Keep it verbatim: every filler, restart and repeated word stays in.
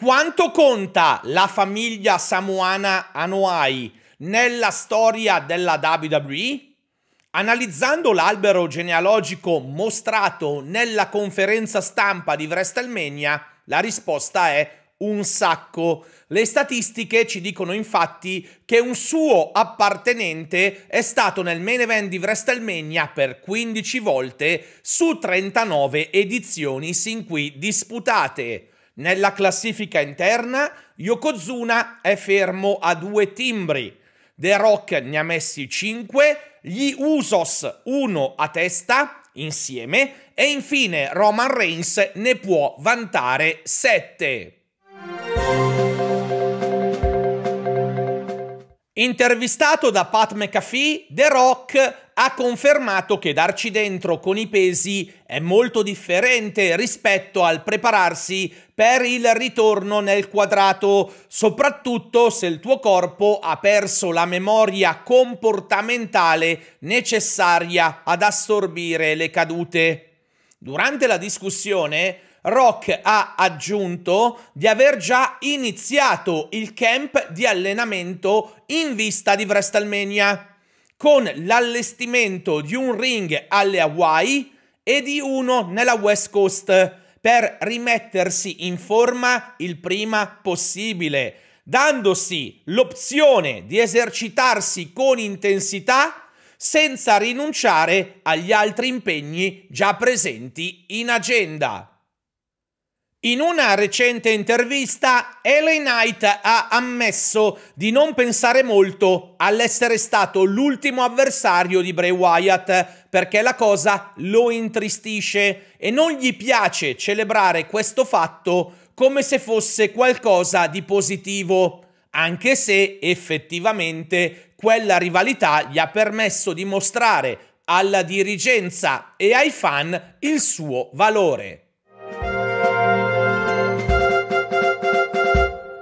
Quanto conta la famiglia samoana Anoa'i nella storia della W W E? Analizzando l'albero genealogico mostrato nella conferenza stampa di WrestleMania, la risposta è un sacco. Le statistiche ci dicono infatti che un suo appartenente è stato nel main event di WrestleMania per quindici volte su trentanove edizioni sin qui disputate. Nella classifica interna, Yokozuna è fermo a due timbri. The Rock ne ha messi cinque, gli Usos uno a testa, insieme, e infine Roman Reigns ne può vantare sette. Intervistato da Pat McAfee, The Rock ha confermato che darci dentro con i pesi è molto differente rispetto al prepararsi per il ritorno nel quadrato, soprattutto se il tuo corpo ha perso la memoria comportamentale necessaria ad assorbire le cadute. Durante la discussione, Rock ha aggiunto di aver già iniziato il camp di allenamento in vista di WrestleMania, con l'allestimento di un ring alle Hawaii e di uno nella West Coast, per rimettersi in forma il prima possibile, dandosi l'opzione di esercitarsi con intensità senza rinunciare agli altri impegni già presenti in agenda. In una recente intervista, L A Knight ha ammesso di non pensare molto all'essere stato l'ultimo avversario di Bray Wyatt, perché la cosa lo intristisce e non gli piace celebrare questo fatto come se fosse qualcosa di positivo, anche se effettivamente quella rivalità gli ha permesso di mostrare alla dirigenza e ai fan il suo valore.